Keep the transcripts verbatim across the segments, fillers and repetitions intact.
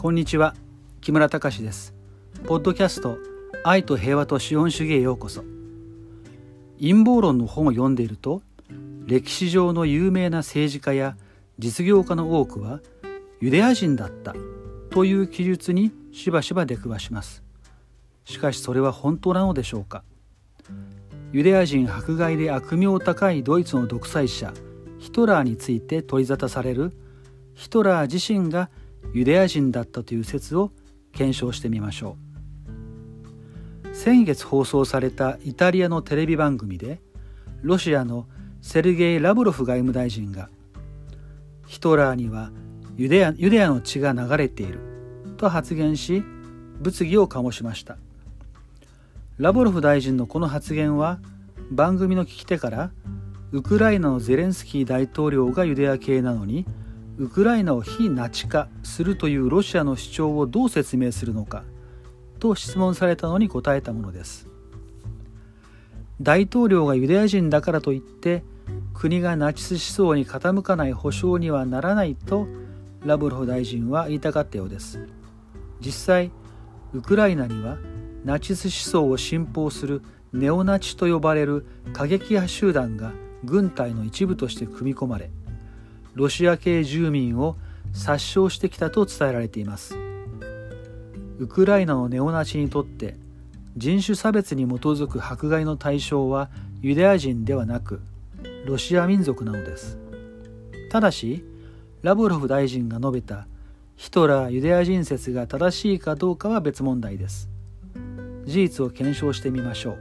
こんにちは、木村隆です。ポッドキャスト愛と平和と資本主義へようこそ。陰謀論の本を読んでいると、歴史上の有名な政治家や実業家の多くはユダヤ人だったという記述にしばしば出くわします。しかしそれは本当なのでしょうか。ユダヤ人迫害で悪名高いドイツの独裁者ヒトラーについて取り沙汰されるヒトラー自身がユダヤ人だったという説を検証してみましょう。先月放送されたイタリアのテレビ番組で、ロシアのセルゲイ・ラブロフ外務大臣がヒトラーにはユダヤ、ユダヤの血が流れていると発言し、物議を醸しました。ラブロフ大臣のこの発言は、番組の聞き手からウクライナのゼレンスキー大統領がユダヤ系なのにウクライナを非ナチ化するというロシアの主張をどう説明するのかと質問されたのに答えたものです。大統領がユダヤ人だからといって国がナチス思想に傾かない保証にはならないとラブロフ大臣は言いたかったようです。実際ウクライナにはナチス思想を信奉するネオナチと呼ばれる過激派集団が軍隊の一部として組み込まれ、ロシア系住民を殺傷してきたと伝えられています。ウクライナのネオナチにとって人種差別に基づく迫害の対象はユダヤ人ではなくロシア民族なのです。ただしラブロフ大臣が述べたヒトラーユダヤ人説が正しいかどうかは別問題です。事実を検証してみましょう。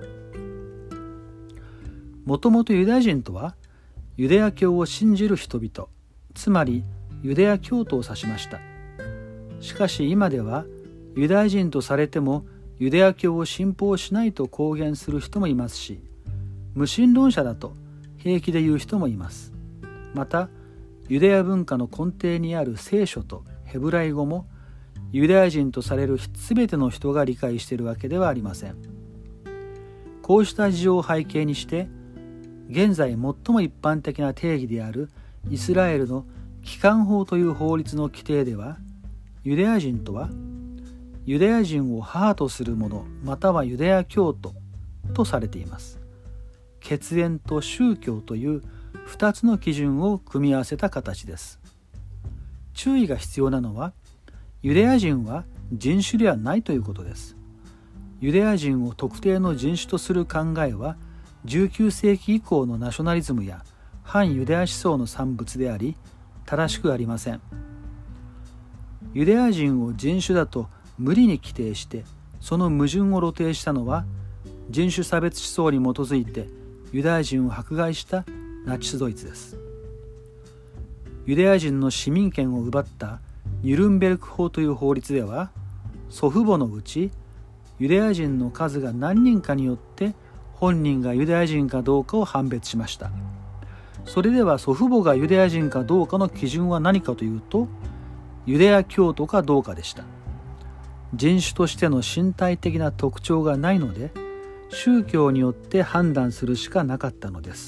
もともとユダヤ人とはユダヤ教を信じる人々、つまりユダヤ教徒を指しました。しかし今ではユダヤ人とされてもユダヤ教を信奉しないと公言する人もいますし、無神論者だと平気で言う人もいます。またユダヤ文化の根底にある聖書とヘブライ語もユダヤ人とされるすべての人が理解しているわけではありません。こうした事情を背景にして現在最も一般的な定義であるイスラエルの帰還法という法律の規定では、ユダヤ人とはユダヤ人を母とする者またはユダヤ教徒とされています。血縁と宗教というふたつの基準を組み合わせた形です。注意が必要なのは、ユダヤ人は人種ではないということです。ユダヤ人を特定の人種とする考えはじゅうきゅうせいき以降のナショナリズムや反ユダヤ思想の産物であり、正しくありません。ユダヤ人を人種だと無理に規定してその矛盾を露呈したのは、人種差別思想に基づいてユダヤ人を迫害したナチスドイツです。ユダヤ人の市民権を奪ったニュルンベルク法という法律では、祖父母のうちユダヤ人の数が何人かによって本人がユダヤ人かどうかを判別しました。それでは祖父母がユダヤ人かどうかの基準は何かというと、ユダヤ教徒かどうかでした。人種としての身体的な特徴がないので、宗教によって判断するしかなかったのです。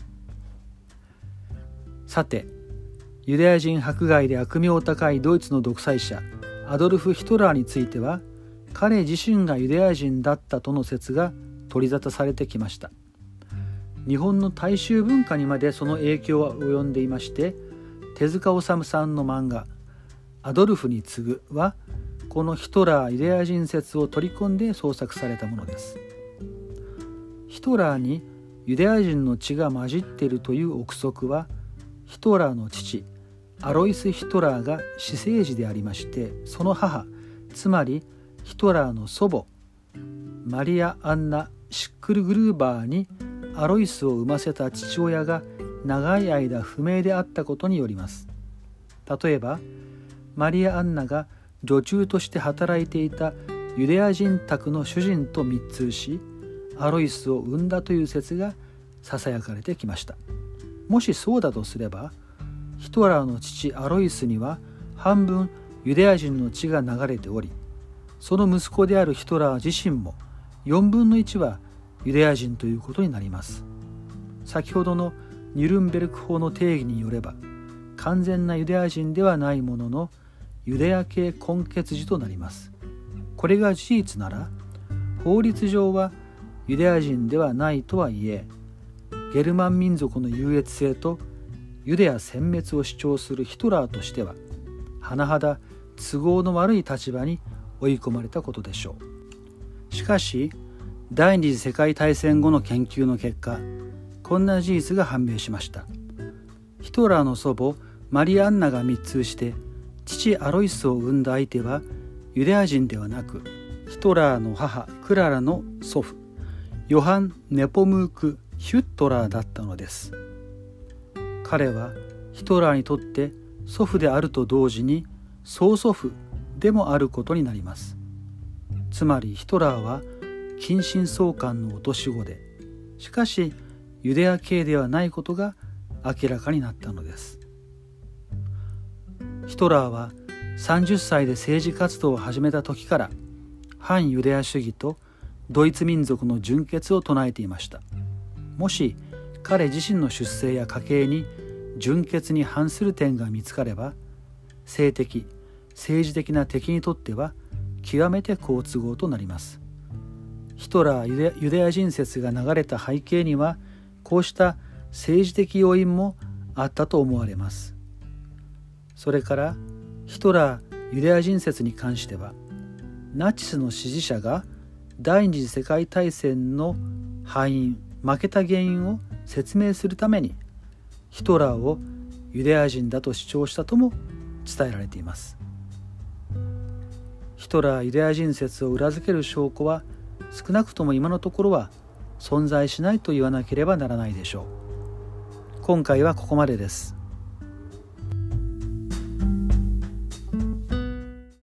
さて、ユダヤ人迫害で悪名高いドイツの独裁者アドルフ・ヒトラーについては、彼自身がユダヤ人だったとの説が取り沙汰されてきました。日本の大衆文化にまでその影響は及んでいまして、手塚治虫さんの漫画アドルフに次ぐはこのヒトラーユダヤ人説を取り込んで創作されたものです。ヒトラーにユダヤ人の血が混じっているという憶測は、ヒトラーの父アロイス・ヒトラーが私生児でありまして、その母、つまりヒトラーの祖母マリア・アンナ・シックルグルーバーにアロイスを産ませた父親が長い間不明であったことによります。例えばマリア・アンナが女中として働いていたユダヤ人宅の主人と密通し、アロイスを産んだという説がささやかれてきました。もしそうだとすれば、ヒトラーの父アロイスには半分ユダヤ人の血が流れており、その息子であるヒトラー自身もよんぶんのいちはユダヤ人ということになります。先ほどのニュルンベルク法の定義によれば、完全なユダヤ人ではないものの、 ユダヤ系根血児となります。これが事実なら、法律上はユダヤ人ではないとはいえ、ゲルマン民族の優越性とユダヤ殲滅を主張するヒトラーとしては、甚だ都合の悪い立場に追い込まれたことでしょう。しかし、第二次世界大戦後の研究の結果、こんな事実が判明しました。ヒトラーの祖母マリアンナが密通して父アロイスを産んだ相手はユダヤ人ではなく、ヒトラーの母クララの祖父ヨハン・ネポムーク・ヒュットラーだったのです。彼はヒトラーにとって祖父であると同時に曽祖父でもあることになります。つまりヒトラーは近親相関の落とし子で、しかしユダヤ系ではないことが明らかになったのです。ヒトラーはさんじゅっさいで政治活動を始めた時から反ユダヤ主義とドイツ民族の純血を唱えていました。もし彼自身の出生や家系に純血に反する点が見つかれば、性的・政治的な敵にとっては極めて好都合となります。ヒトラーユダヤ人説が流れた背景には、こうした政治的要因もあったと思われます。それからヒトラーユダヤ人説に関しては、ナチスの支持者が第二次世界大戦の敗因、負けた原因を説明するためにヒトラーをユダヤ人だと主張したとも伝えられています。ヒトラーユダヤ人説を裏付ける証拠は少なくとも今のところは存在しないと言わなければならないでしょう。今回はここまでです。